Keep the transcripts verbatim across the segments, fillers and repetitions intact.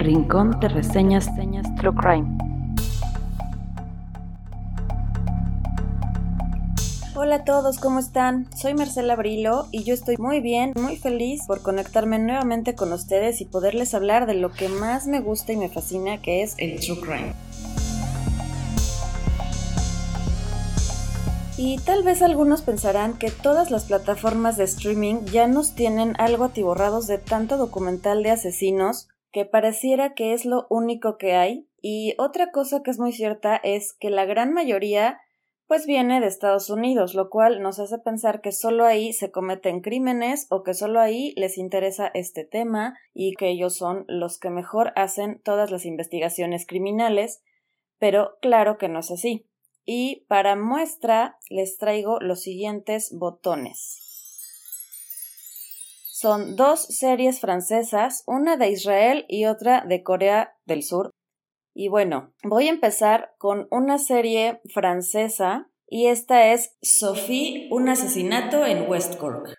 rincón de reseñas True Crime. Hola a todos, ¿cómo están? Soy Marcela Brilo y yo estoy muy bien, muy feliz por conectarme nuevamente con ustedes y poderles hablar de lo que más me gusta y me fascina, que es el True Crime. Y tal vez algunos pensarán que todas las plataformas de streaming ya nos tienen algo atiborrados de tanto documental de asesinos que pareciera que es lo único que hay. Y otra cosa que es muy cierta es que la gran mayoría pues viene de Estados Unidos, lo cual nos hace pensar que solo ahí se cometen crímenes o que solo ahí les interesa este tema y que ellos son los que mejor hacen todas las investigaciones criminales, pero claro que no es así. Y para muestra les traigo los siguientes botones. Son dos series francesas, una de Israel y otra de Corea del Sur. Y bueno, voy a empezar con una serie francesa y esta es Sophie, un asesinato en West Cork.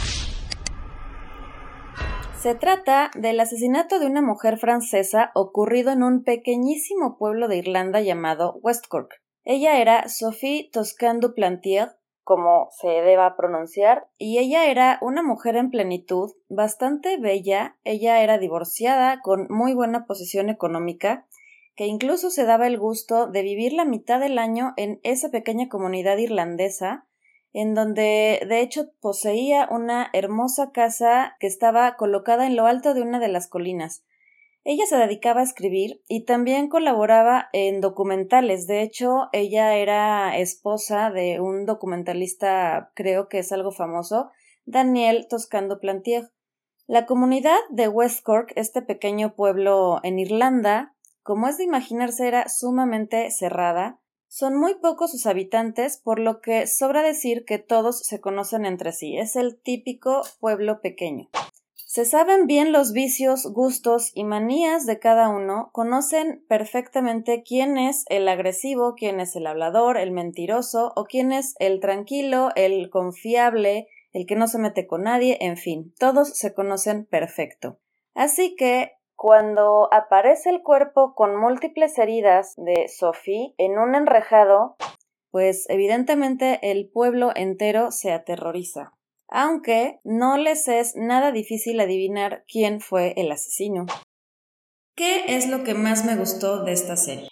Se trata del asesinato de una mujer francesa ocurrido en un pequeñísimo pueblo de Irlanda llamado West Cork. Ella era Sophie Toscan du Plantier, como se deba pronunciar, y ella era una mujer en plenitud, bastante bella. Ella era divorciada, con muy buena posición económica, que incluso se daba el gusto de vivir la mitad del año en esa pequeña comunidad irlandesa, en donde de hecho poseía una hermosa casa que estaba colocada en lo alto de una de las colinas. Ella se dedicaba a escribir y también colaboraba en documentales. De hecho, ella era esposa de un documentalista, creo que es algo famoso, Daniel Toscan du Plantier. La comunidad de West Cork, este pequeño pueblo en Irlanda, como es de imaginarse, era sumamente cerrada. Son muy pocos sus habitantes, por lo que sobra decir que todos se conocen entre sí. Es el típico pueblo pequeño. Se saben bien los vicios, gustos y manías de cada uno, conocen perfectamente quién es el agresivo, quién es el hablador, el mentiroso, o quién es el tranquilo, el confiable, el que no se mete con nadie, en fin, todos se conocen perfecto. Así que cuando aparece el cuerpo con múltiples heridas de Sophie en un enrejado, pues evidentemente el pueblo entero se aterroriza. Aunque no les es nada difícil adivinar quién fue el asesino. ¿Qué es lo que más me gustó de esta serie?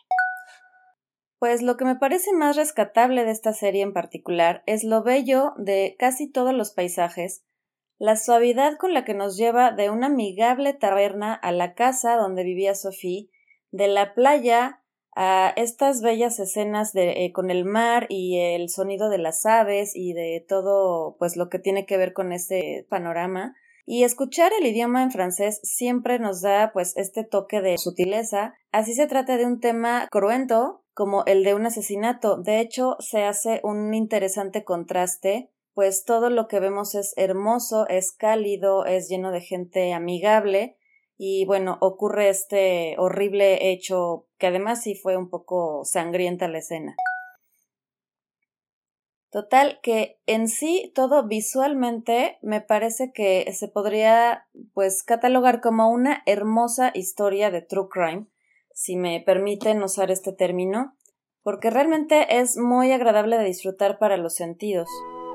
Pues lo que me parece más rescatable de esta serie en particular es lo bello de casi todos los paisajes, la suavidad con la que nos lleva de una amigable taberna a la casa donde vivía Sophie, de la playa a estas bellas escenas de, eh, con el mar y el sonido de las aves y de todo pues lo que tiene que ver con ese panorama. Y escuchar el idioma en francés siempre nos da pues este toque de sutileza, así se trata de un tema cruento como el de un asesinato. De hecho, se hace un interesante contraste, pues todo lo que vemos es hermoso, es cálido, es lleno de gente amigable. Y bueno, ocurre este horrible hecho que además sí fue un poco sangrienta la escena. Total, que en sí todo visualmente me parece que se podría pues catalogar como una hermosa historia de true crime, si me permiten usar este término, porque realmente es muy agradable de disfrutar para los sentidos.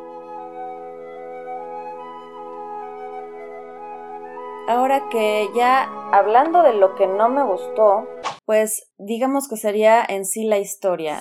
Ahora que ya hablando de lo que no me gustó, pues digamos que sería en sí la historia.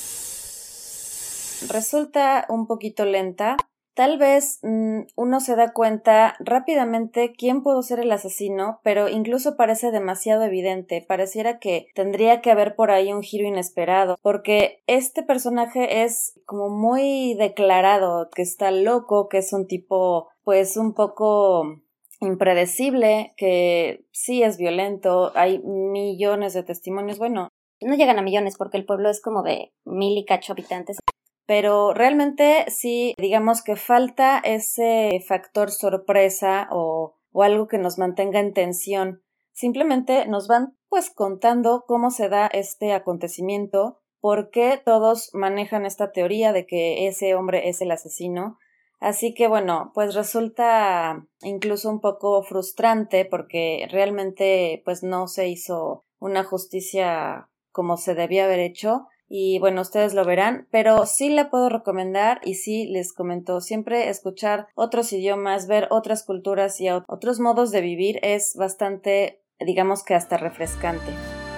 Resulta un poquito lenta. Tal vez mmm, uno se da cuenta rápidamente quién pudo ser el asesino, pero incluso parece demasiado evidente. Pareciera que tendría que haber por ahí un giro inesperado, porque este personaje es como muy declarado, que está loco, que es un tipo pues un poco impredecible, que sí es violento. Hay millones de testimonios, bueno, no llegan a millones porque el pueblo es como de mil y cacho habitantes, pero realmente sí, digamos que falta ese factor sorpresa o, o algo que nos mantenga en tensión. Simplemente nos van pues contando cómo se da este acontecimiento, por qué todos manejan esta teoría de que ese hombre es el asesino. Así que bueno, pues resulta incluso un poco frustrante porque realmente pues no se hizo una justicia como se debía haber hecho y bueno, ustedes lo verán, pero sí la puedo recomendar y sí les comento, siempre escuchar otros idiomas, ver otras culturas y otros modos de vivir es bastante, digamos que hasta refrescante.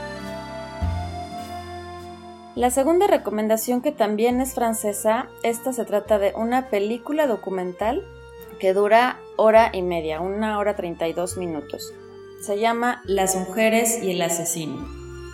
La segunda recomendación, que también es francesa, esta se trata de una película documental que dura hora y media, una hora treinta y dos minutos. Se llama Las mujeres y el asesino.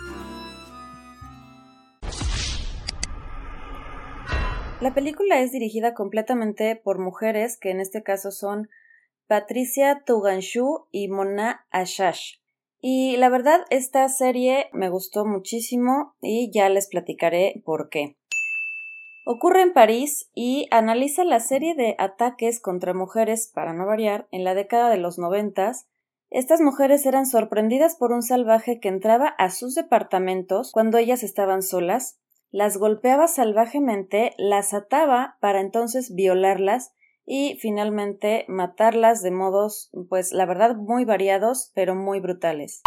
La película es dirigida completamente por mujeres, que en este caso son Patricia Touganchou y Mona Achache. Y la verdad, esta serie me gustó muchísimo y ya les platicaré por qué. Ocurre en París y analiza la serie de ataques contra mujeres, para no variar, en la década de los noventas. Estas mujeres eran sorprendidas por un salvaje que entraba a sus departamentos cuando ellas estaban solas, las golpeaba salvajemente, las ataba para entonces violarlas y finalmente matarlas de modos, pues la verdad, muy variados, pero muy brutales.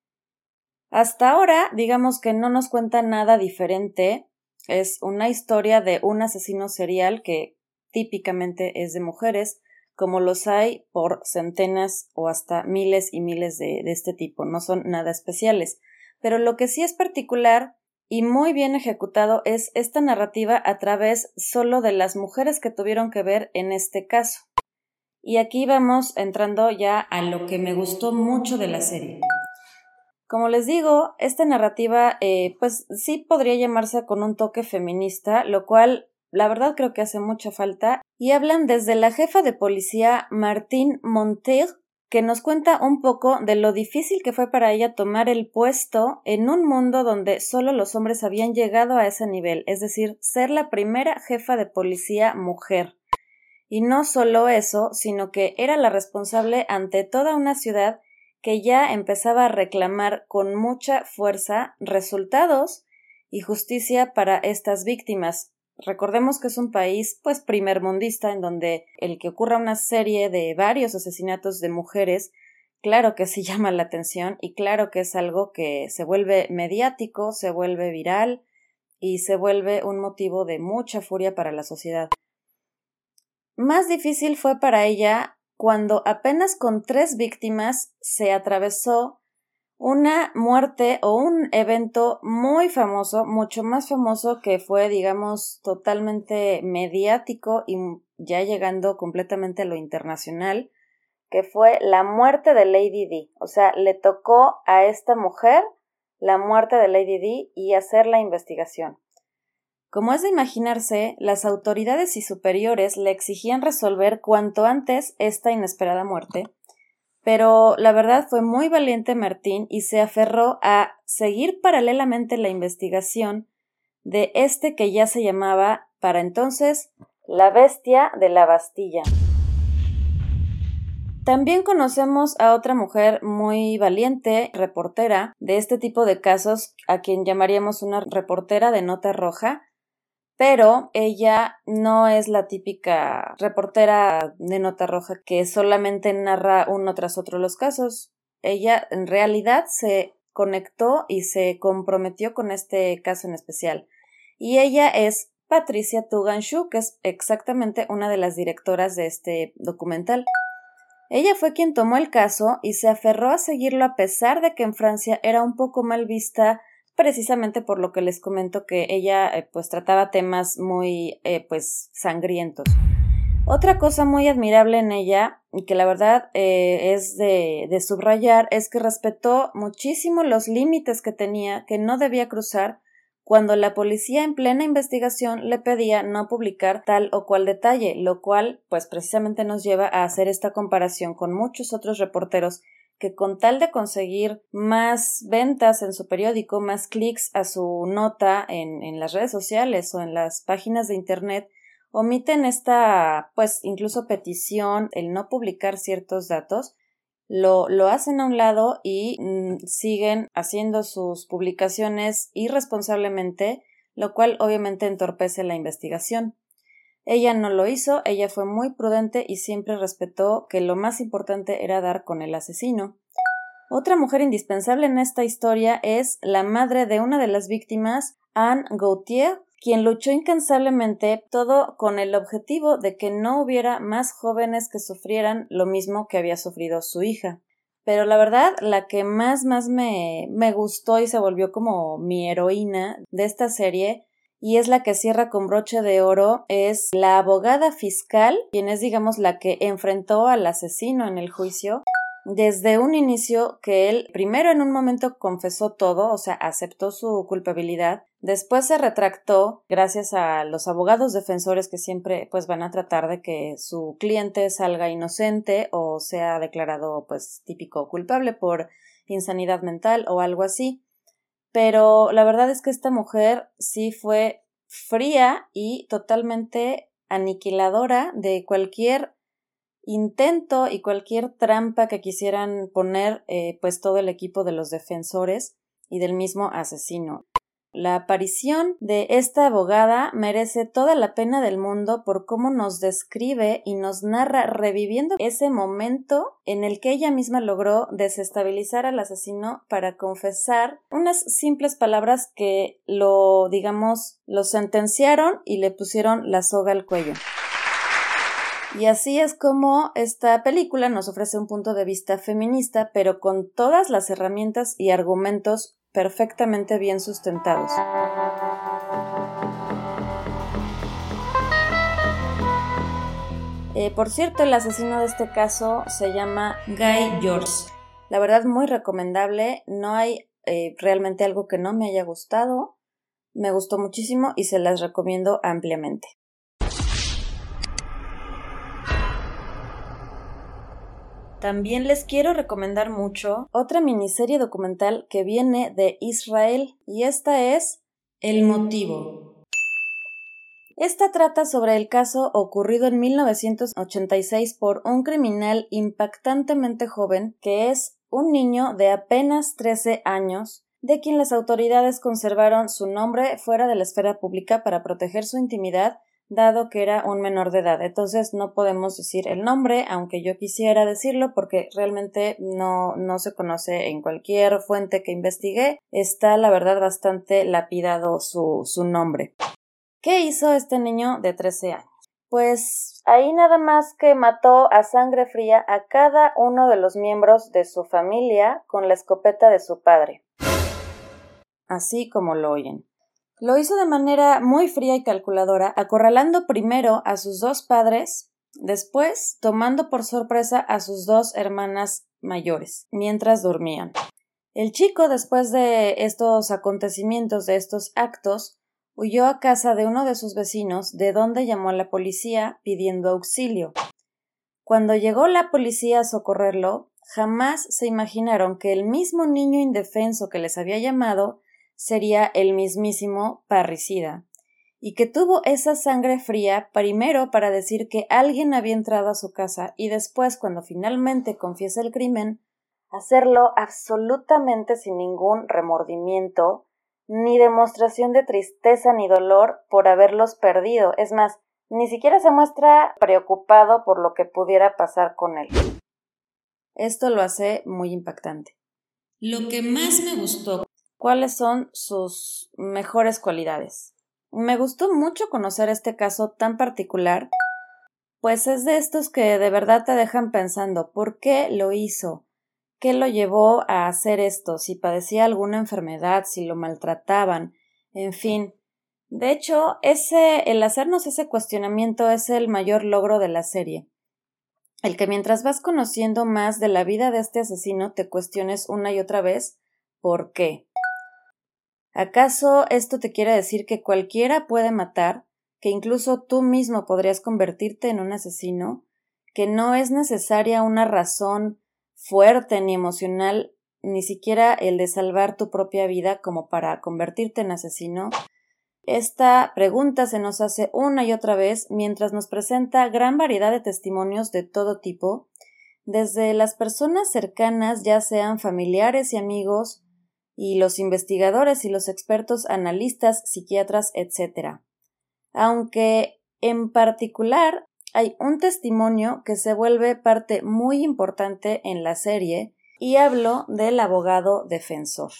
Hasta ahora, digamos que no nos cuenta nada diferente. Es una historia de un asesino serial que típicamente es de mujeres, como los hay por centenas o hasta miles y miles de, de este tipo. No son nada especiales. Pero lo que sí es particular y muy bien ejecutado es esta narrativa a través solo de las mujeres que tuvieron que ver en este caso. Y aquí vamos entrando ya a lo que me gustó mucho de la serie. Como les digo, esta narrativa eh, pues sí podría llamarse con un toque feminista, lo cual la verdad creo que hace mucha falta, y hablan desde la jefa de policía Martine Monteir, que nos cuenta un poco de lo difícil que fue para ella tomar el puesto en un mundo donde solo los hombres habían llegado a ese nivel, es decir, ser la primera jefa de policía mujer. Y no solo eso, sino que era la responsable ante toda una ciudad que ya empezaba a reclamar con mucha fuerza resultados y justicia para estas víctimas. Recordemos que es un país, pues, primermundista, en donde el que ocurra una serie de varios asesinatos de mujeres, claro que sí llama la atención y claro que es algo que se vuelve mediático, se vuelve viral y se vuelve un motivo de mucha furia para la sociedad. Más difícil fue para ella cuando apenas con tres víctimas se atravesó una muerte o un evento muy famoso, mucho más famoso, que fue, digamos, totalmente mediático y ya llegando completamente a lo internacional, que fue la muerte de Lady Di. O sea, le tocó a esta mujer la muerte de Lady Di y hacer la investigación. Como es de imaginarse, las autoridades y superiores le exigían resolver cuanto antes esta inesperada muerte, pero la verdad fue muy valiente Martín y se aferró a seguir paralelamente la investigación de este que ya se llamaba, para entonces, la bestia de la Bastilla. También conocemos a otra mujer muy valiente, reportera de este tipo de casos, a quien llamaríamos una reportera de nota roja, pero ella no es la típica reportera de nota roja que solamente narra uno tras otro los casos. Ella en realidad se conectó y se comprometió con este caso en especial. Y ella es Patricia Touganchou, que es exactamente una de las directoras de este documental. Ella fue quien tomó el caso y se aferró a seguirlo a pesar de que en Francia era un poco mal vista, precisamente por lo que les comento, que ella eh, pues trataba temas muy eh, pues sangrientos. Otra cosa muy admirable en ella, y que la verdad eh, es de, de subrayar, es que respetó muchísimo los límites que tenía, que no debía cruzar, cuando la policía en plena investigación le pedía no publicar tal o cual detalle, lo cual pues precisamente nos lleva a hacer esta comparación con muchos otros reporteros que con tal de conseguir más ventas en su periódico, más clics a su nota en, en las redes sociales o en las páginas de internet, omiten esta, pues incluso petición, el no publicar ciertos datos, lo, lo hacen a un lado y mm, siguen haciendo sus publicaciones irresponsablemente, lo cual obviamente entorpece la investigación. Ella no lo hizo, ella fue muy prudente y siempre respetó que lo más importante era dar con el asesino. Otra mujer indispensable en esta historia es la madre de una de las víctimas, Anne Gauthier, quien luchó incansablemente, todo con el objetivo de que no hubiera más jóvenes que sufrieran lo mismo que había sufrido su hija. Pero la verdad, la que más más me, me gustó y se volvió como mi heroína de esta serie, y es la que cierra con broche de oro, es la abogada fiscal, quien es, digamos, la que enfrentó al asesino en el juicio. Desde un inicio que él primero en un momento confesó todo, o sea, aceptó su culpabilidad, después se retractó gracias a los abogados defensores que siempre pues van a tratar de que su cliente salga inocente o sea declarado pues típico culpable por insanidad mental o algo así. Pero la verdad es que esta mujer sí fue fría y totalmente aniquiladora de cualquier intento y cualquier trampa que quisieran poner eh, pues todo el equipo de los defensores y del mismo asesino. La aparición de esta abogada merece toda la pena del mundo por cómo nos describe y nos narra reviviendo ese momento en el que ella misma logró desestabilizar al asesino para confesar unas simples palabras que lo, digamos, lo sentenciaron y le pusieron la soga al cuello. Y así es como esta película nos ofrece un punto de vista feminista, pero con todas las herramientas y argumentos perfectamente bien sustentados. Eh, por cierto, el asesino de este caso se llama Guy George. La verdad, muy recomendable. No hay eh, realmente algo que no me haya gustado. Me gustó muchísimo y se las recomiendo ampliamente. También les quiero recomendar mucho otra miniserie documental que viene de Israel y esta es El Motivo. Esta trata sobre el caso ocurrido en mil novecientos ochenta y seis por un criminal impactantemente joven que es un niño de apenas trece años, de quien las autoridades conservaron su nombre fuera de la esfera pública para proteger su intimidad, dado que era un menor de edad. Entonces no podemos decir el nombre, aunque yo quisiera decirlo porque realmente no, no se conoce en cualquier fuente que investigué. Está, la verdad, bastante lapidado su, su nombre. ¿Qué hizo este niño de trece años? Pues ahí nada más que mató a sangre fría a cada uno de los miembros de su familia con la escopeta de su padre. Así como lo oyen. Lo hizo de manera muy fría y calculadora, acorralando primero a sus dos padres, después tomando por sorpresa a sus dos hermanas mayores, mientras dormían. El chico, después de estos acontecimientos, de estos actos, huyó a casa de uno de sus vecinos, de donde llamó a la policía pidiendo auxilio. Cuando llegó la policía a socorrerlo, jamás se imaginaron que el mismo niño indefenso que les había llamado sería el mismísimo parricida, y que tuvo esa sangre fría primero para decir que alguien había entrado a su casa y después, cuando finalmente confiesa el crimen, hacerlo absolutamente sin ningún remordimiento, ni demostración de tristeza ni dolor por haberlos perdido. Es más, ni siquiera se muestra preocupado por lo que pudiera pasar con él. Esto lo hace muy impactante. Lo que más me gustó. ¿Cuáles son sus mejores cualidades? Me gustó mucho conocer este caso tan particular, pues es de estos que de verdad te dejan pensando ¿por qué lo hizo? ¿Qué lo llevó a hacer esto? Si padecía alguna enfermedad, si lo maltrataban, en fin. De hecho, ese, el hacernos ese cuestionamiento es el mayor logro de la serie. El que mientras vas conociendo más de la vida de este asesino te cuestiones una y otra vez ¿por qué? ¿Acaso esto te quiere decir que cualquiera puede matar, que incluso tú mismo podrías convertirte en un asesino, que no es necesaria una razón fuerte ni emocional, ni siquiera el de salvar tu propia vida como para convertirte en asesino? Esta pregunta se nos hace una y otra vez mientras nos presenta gran variedad de testimonios de todo tipo, desde las personas cercanas, ya sean familiares y amigos, y los investigadores y los expertos analistas, psiquiatras, etcétera. Aunque En particular, hay un testimonio que se vuelve parte muy importante en la serie y hablo del abogado defensor.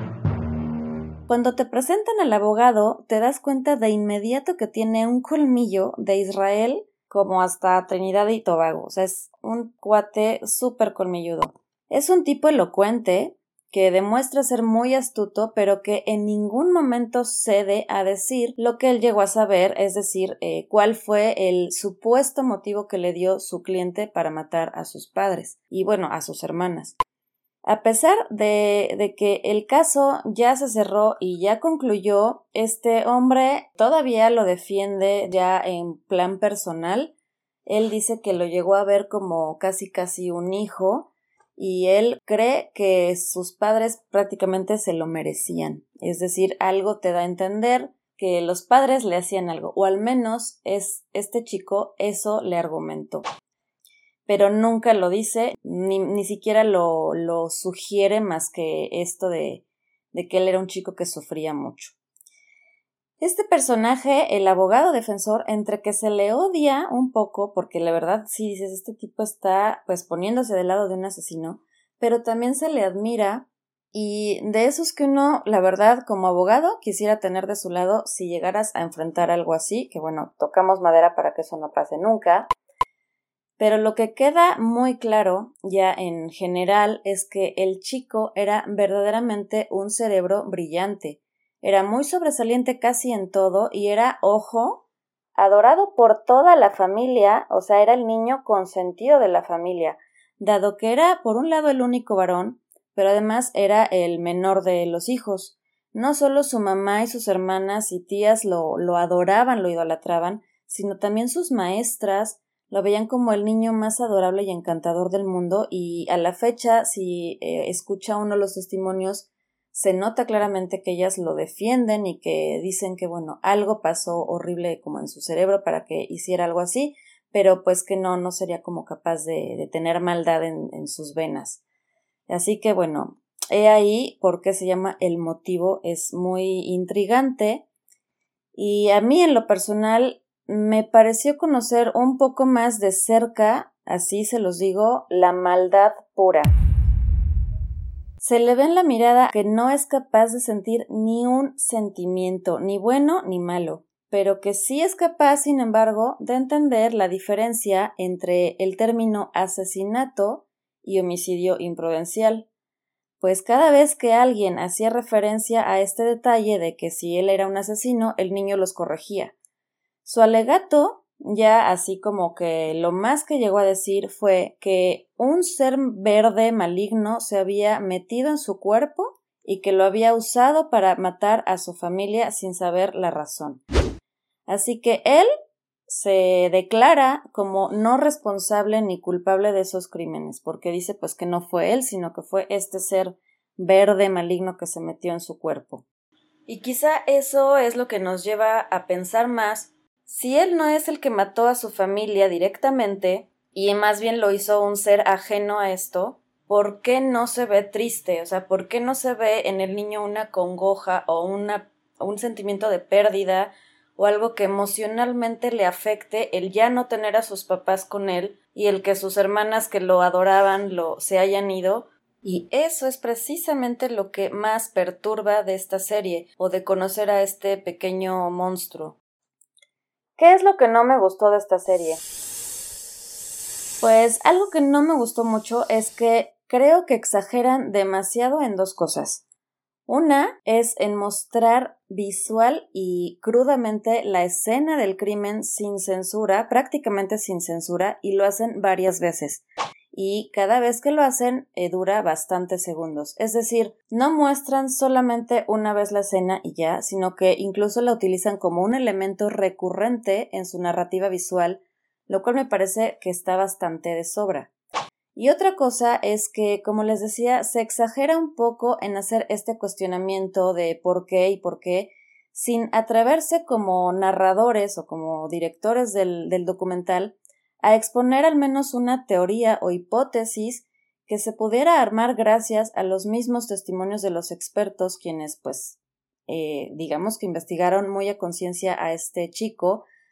Cuando te presentan al abogado, te das cuenta de inmediato que tiene un colmillo de Israel como hasta Trinidad y Tobago. O sea, es un cuate súper colmilludo. Es un tipo elocuente que demuestra ser muy astuto, pero que en ningún momento cede a decir lo que él llegó a saber, es decir, eh, cuál fue el supuesto motivo que le dio su cliente para matar a sus padres y, bueno, a sus hermanas. A pesar de, de que el caso ya se cerró y ya concluyó, este hombre todavía lo defiende ya en plan personal. Él dice que lo llegó a ver como casi casi un hijo y él cree que sus padres prácticamente se lo merecían. Es decir, algo te da a entender que los padres le hacían algo, o al menos es este chico eso le argumentó. Pero nunca lo dice, ni, ni siquiera lo, lo sugiere más que esto de, de que él era un chico que sufría mucho. Este personaje, el abogado defensor, entre que se le odia un poco, porque la verdad sí dices, este tipo está pues poniéndose del lado de un asesino, pero también se le admira y de esos que uno, la verdad, como abogado, quisiera tener de su lado si llegaras a enfrentar algo así, que bueno, tocamos madera para que eso no pase nunca. Pero lo que queda muy claro ya en general es que el chico era verdaderamente un cerebro brillante. Era muy sobresaliente casi en todo y era, ojo, adorado por toda la familia, o sea, era el niño consentido de la familia, dado que era, por un lado, el único varón, pero además era el menor de los hijos. No solo su mamá y sus hermanas y tías lo, lo adoraban, lo idolatraban, sino también sus maestras, lo veían como el niño más adorable y encantador del mundo y a la fecha, si eh, escucha uno los testimonios, se nota claramente que ellas lo defienden y que dicen que, bueno, algo pasó horrible como en su cerebro para que hiciera algo así, pero pues que no, no sería como capaz de, de tener maldad en, en sus venas. Así que, bueno, he ahí por qué se llama El Motivo, es muy intrigante y a mí en lo personal me pareció conocer un poco más de cerca, así se los digo, la maldad pura. Se le ve en la mirada que no es capaz de sentir ni un sentimiento, ni bueno ni malo, pero que sí es capaz, sin embargo, de entender la diferencia entre el término asesinato y homicidio imprudencial. Pues cada vez que alguien hacía referencia a este detalle de que si él era un asesino, el niño los corregía. Su alegato, ya así como que lo más que llegó a decir fue que un ser verde maligno se había metido en su cuerpo y que lo había usado para matar a su familia sin saber la razón. Así que él se declara como no responsable ni culpable de esos crímenes, porque dice pues que no fue él, sino que fue este ser verde maligno que se metió en su cuerpo. Y quizá eso es lo que nos lleva a pensar más. Si él no es el que mató a su familia directamente, y más bien lo hizo un ser ajeno a esto, ¿por qué no se ve triste? O sea, ¿por qué no se ve en el niño una congoja o una, un sentimiento de pérdida o algo que emocionalmente le afecte el ya no tener a sus papás con él y el que sus hermanas que lo adoraban lo, se hayan ido? Y eso es precisamente lo que más perturba de esta serie o de conocer a este pequeño monstruo. ¿Qué es lo que no me gustó de esta serie? Pues algo que no me gustó mucho es que creo que exageran demasiado en dos cosas. Una es en mostrar visual y crudamente la escena del crimen sin censura, prácticamente sin censura, y lo hacen varias veces. Y cada vez que lo hacen eh, dura bastantes segundos. Es decir, no muestran solamente una vez la escena y ya, sino que incluso la utilizan como un elemento recurrente en su narrativa visual, lo cual me parece que está bastante de sobra. Y otra cosa es que, como les decía, se exagera un poco en hacer este cuestionamiento de por qué y por qué, sin atreverse como narradores o como directores del, del documental a exponer al menos una teoría o hipótesis que se pudiera armar gracias a los mismos testimonios de los expertos quienes, pues, eh, digamos que investigaron muy a conciencia a este chico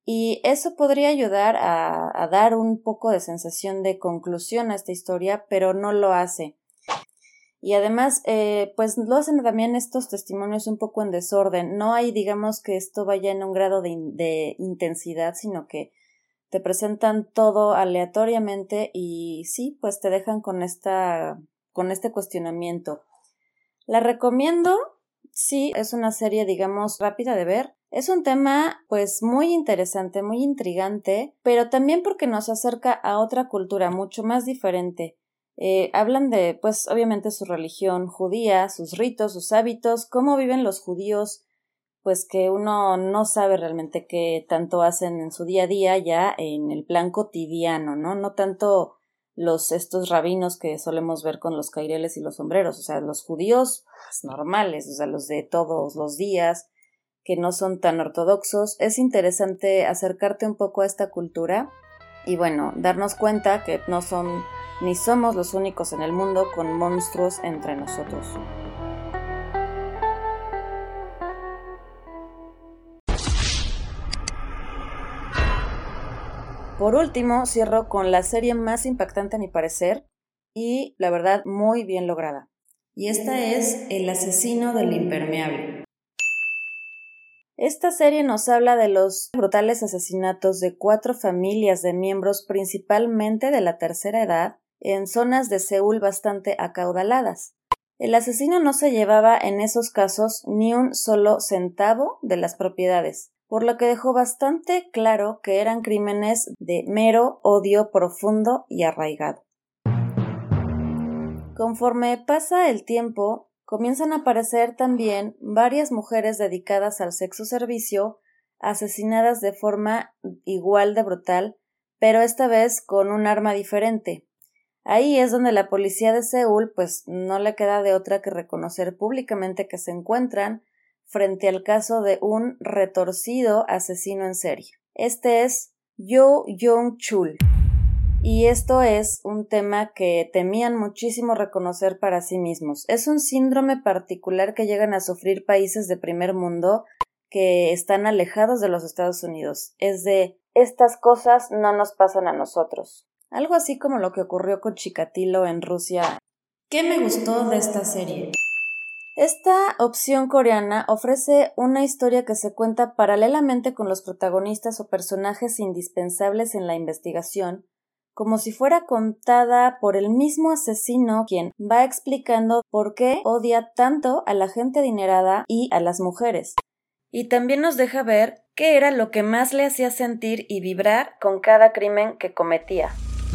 Y eso podría ayudar a, a dar un poco de sensación de conclusión a esta historia, pero no lo hace. Y además, eh, pues lo hacen también estos testimonios un poco en desorden. No hay, digamos, que esto vaya en un grado de, in- de intensidad, sino que te presentan todo aleatoriamente y sí, pues te dejan con esta, con este cuestionamiento. La recomiendo, sí, es una serie, digamos, rápida de ver. Es un tema, pues, muy interesante, muy intrigante, pero también porque nos acerca a otra cultura mucho más diferente. Eh, hablan de, pues, obviamente su religión judía, sus ritos, sus hábitos, cómo viven los judíos, pues que uno no sabe realmente qué tanto hacen en su día a día ya en el plan cotidiano, ¿no? No tanto los estos rabinos que solemos ver con los caireles y los sombreros, o sea, los judíos pues, normales, o sea, los de todos los días, que no son tan ortodoxos. Es interesante acercarte un poco a esta cultura y bueno, darnos cuenta que no son ni somos los únicos en el mundo con monstruos entre nosotros. Por último, cierro con la serie más impactante a mi parecer y, la verdad, muy bien lograda. Y esta es El asesino del impermeable. Esta serie nos habla de los brutales asesinatos de cuatro familias de miembros principalmente de la tercera edad en zonas de Seúl bastante acaudaladas. El asesino no se llevaba en esos casos ni un solo centavo de las propiedades, por lo que dejó bastante claro que eran crímenes de mero odio profundo y arraigado. Conforme pasa el tiempo, comienzan a aparecer también varias mujeres dedicadas al sexo servicio, asesinadas de forma igual de brutal, pero esta vez con un arma diferente. Ahí es donde la policía de Seúl pues no le queda de otra que reconocer públicamente que se encuentran frente al caso de un retorcido asesino en serie. Este es Yoo Jong-chul. Y esto es un tema que temían muchísimo reconocer para sí mismos. Es un síndrome particular que llegan a sufrir países de primer mundo que están alejados de los Estados Unidos. Es de, estas cosas no nos pasan a nosotros. Algo así como lo que ocurrió con Chikatilo en Rusia. ¿Qué me gustó de esta serie? Esta opción coreana ofrece una historia que se cuenta paralelamente con los protagonistas o personajes indispensables en la investigación, como si fuera contada por el mismo asesino, quien va explicando por qué odia tanto a la gente adinerada y a las mujeres. Y también nos deja ver qué era lo que más le hacía sentir y vibrar con cada crimen que cometía.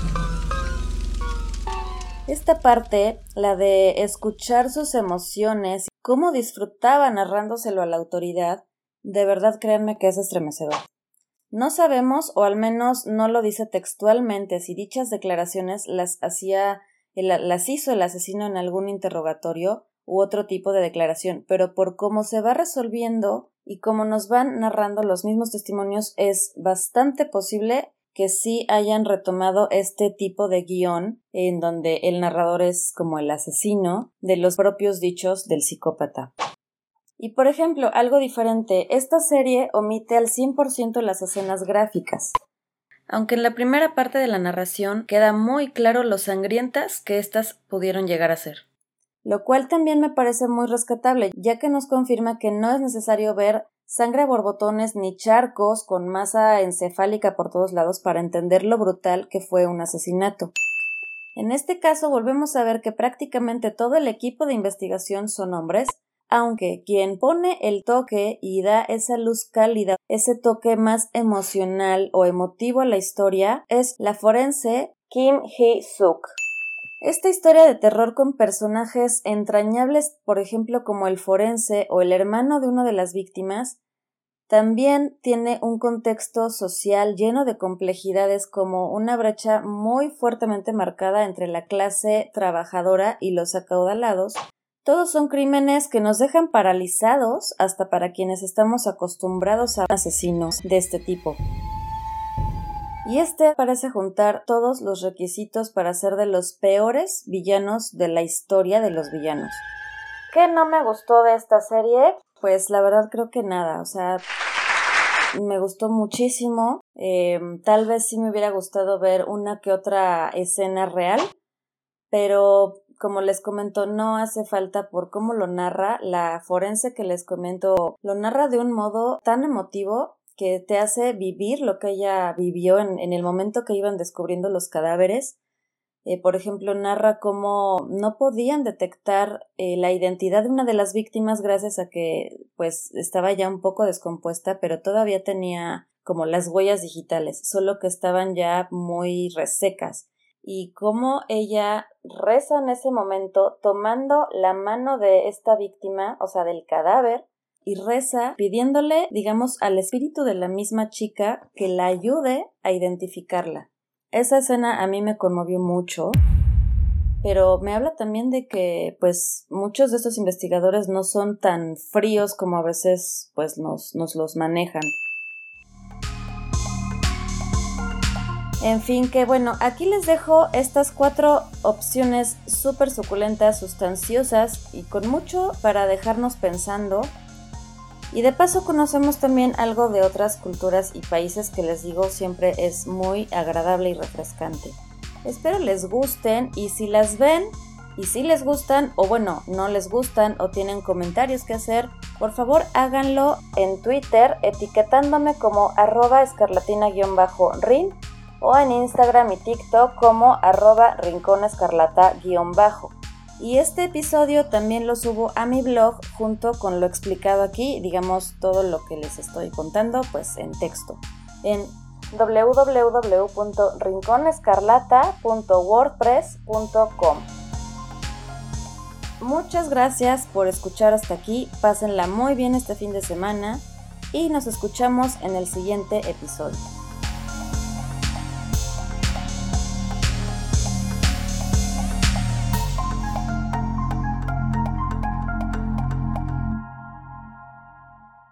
Esta parte, la de escuchar sus emociones, cómo disfrutaba narrándoselo a la autoridad, de verdad créanme que es estremecedor. No sabemos, o al menos no lo dice textualmente, si dichas declaraciones las hacía, el, las hizo el asesino en algún interrogatorio u otro tipo de declaración, pero por cómo se va resolviendo y cómo nos van narrando los mismos testimonios, es bastante posible que sí hayan retomado este tipo de guión en donde el narrador es como el asesino de los propios dichos del psicópata. Y por ejemplo, algo diferente, esta serie omite al cien por ciento las escenas gráficas, aunque en la primera parte de la narración queda muy claro lo sangrientas que éstas pudieron llegar a ser. Lo cual también me parece muy rescatable, ya que nos confirma que no es necesario ver sangre a borbotones ni charcos con masa encefálica por todos lados para entender lo brutal que fue un asesinato. En este caso volvemos a ver que prácticamente todo el equipo de investigación son hombres, aunque quien pone el toque y da esa luz cálida, ese toque más emocional o emotivo a la historia, es la forense Kim Hee-suk. Esta historia de terror con personajes entrañables, por ejemplo como el forense o el hermano de una de las víctimas, también tiene un contexto social lleno de complejidades como una brecha muy fuertemente marcada entre la clase trabajadora y los acaudalados. Todos son crímenes que nos dejan paralizados hasta para quienes estamos acostumbrados a asesinos de este tipo. Y este parece juntar todos los requisitos para ser de los peores villanos de la historia de los villanos. ¿Qué no me gustó de esta serie? Pues la verdad creo que nada, o sea, me gustó muchísimo. Eh, tal vez sí me hubiera gustado ver una que otra escena real, pero como les comento, no hace falta por cómo lo narra. La forense que les comento lo narra de un modo tan emotivo que te hace vivir lo que ella vivió en, en el momento que iban descubriendo los cadáveres. Eh, por ejemplo, narra cómo no podían detectar eh, la identidad de una de las víctimas gracias a que pues estaba ya un poco descompuesta, pero todavía tenía como las huellas digitales, solo que estaban ya muy resecas. Y cómo ella reza en ese momento tomando la mano de esta víctima, o sea, del cadáver, y reza pidiéndole, digamos, al espíritu de la misma chica que la ayude a identificarla. Esa escena a mí me conmovió mucho, pero me habla también de que pues muchos de estos investigadores no son tan fríos como a veces pues nos, nos los manejan. En fin, que bueno, aquí les dejo estas cuatro opciones súper suculentas, sustanciosas y con mucho para dejarnos pensando. Y de paso conocemos también algo de otras culturas y países que les digo siempre es muy agradable y refrescante. Espero les gusten y si las ven y si les gustan o bueno, no les gustan o tienen comentarios que hacer, por favor háganlo en Twitter etiquetándome como arroba escarlatina-rin o en Instagram y TikTok como arroba rinconescarlata-bajo. Y este episodio también lo subo a mi blog junto con lo explicado aquí, digamos todo lo que les estoy contando, pues en texto, en doble u doble u doble u punto rinconescarlata punto wordpress punto com. Muchas gracias por escuchar hasta aquí, pásenla muy bien este fin de semana y nos escuchamos en el siguiente episodio.